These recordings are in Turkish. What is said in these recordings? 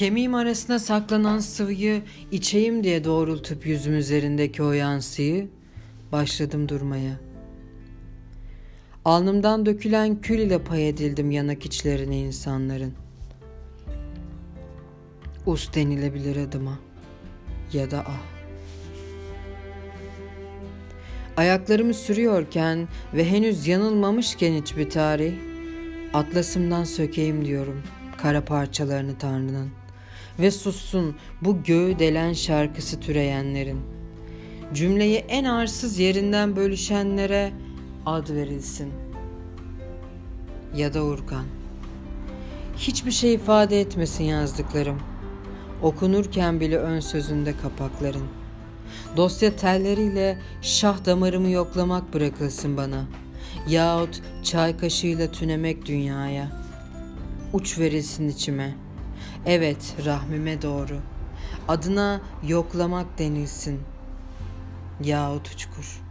Kemiğim arasına saklanan sıvıyı içeyim diye doğrultup yüzüm üzerindeki o yansıyı başladım durmaya. Alnımdan dökülen kül ile pay edildim yanak içlerine insanların. Us denilebilir adıma ya da ah. Ayaklarımı sürüyorken ve henüz yanılmamışken hiçbir tarih, atlasımdan sökeyim diyorum kara parçalarını Tanrı'nın ve sussun bu göğü delen şarkısı türeyenlerin. Cümleyi en arsız yerinden bölüşenlere ad verilsin. Ya da Urkan. Hiçbir şey ifade etmesin yazdıklarım. Okunurken bile ön sözünde kapakların. Dosya telleriyle şah damarımı yoklamak bırakılsın bana. Yahut çay kaşığıyla tünemek dünyaya. Uç verilsin içime. Evet, rahmime doğru. Adına yoklamak denilsin. Yahut uçkur.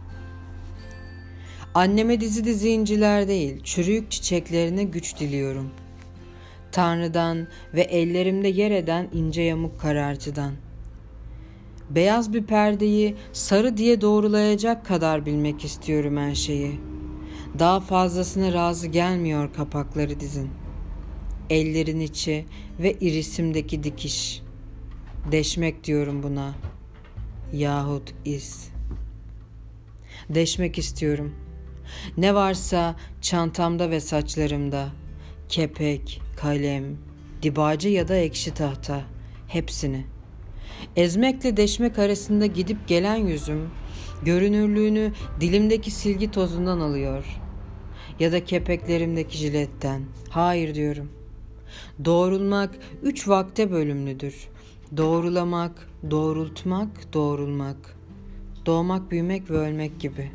Anneme dizi dizi inciler değil, çürüyük çiçeklerine güç diliyorum. Tanrı'dan ve ellerimde yer eden ince yamuk karartıdan. Beyaz bir perdeyi sarı diye doğrulayacak kadar bilmek istiyorum her şeyi. Daha fazlasına razı gelmiyor kapakları dizin. Ellerin içi ve irisimdeki dikiş. Deşmek diyorum buna. Yahut iz. Deşmek istiyorum. Ne varsa çantamda ve saçlarımda. Kepek, kalem, dibacı ya da ekşi tahta. Hepsini. Ezmekle deşmek arasında gidip gelen yüzüm, görünürlüğünü dilimdeki silgi tozundan alıyor. Ya da kepeklerimdeki jiletten. Hayır diyorum. Doğrulmak 3 vakte bölümlüdür. Doğrulamak, doğrultmak, doğrulmak. Doğmak, büyümek ve ölmek gibi.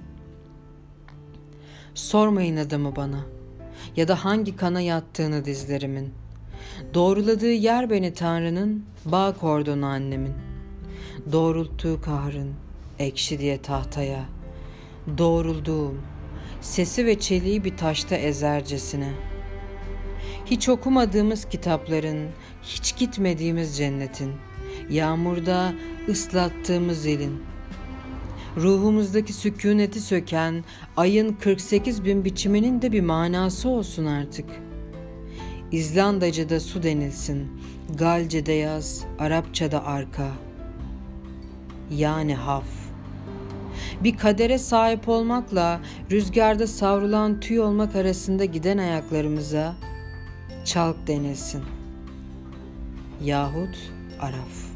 Sormayın adımı bana ya da hangi kana yattığını dizlerimin. Doğruladığı yer beni Tanrı'nın, bağ kordonu annemin. Doğrulttuğu kahrın, ekşi diye tahtaya. Doğrulduğum, sesi ve çeliği bir taşta ezercesine. Hiç okumadığımız kitapların, hiç gitmediğimiz cennetin, yağmurda ıslattığımız elin, ruhumuzdaki sükûneti söken ayın 48 bin biçiminin de bir manası olsun artık. İzlandaca'da su denilsin, Galce'de yaz, Arapça'da arka. Yani haf. Bir kadere sahip olmakla rüzgarda savrulan tüy olmak arasında giden ayaklarımıza çalk denilsin. Yahut araf.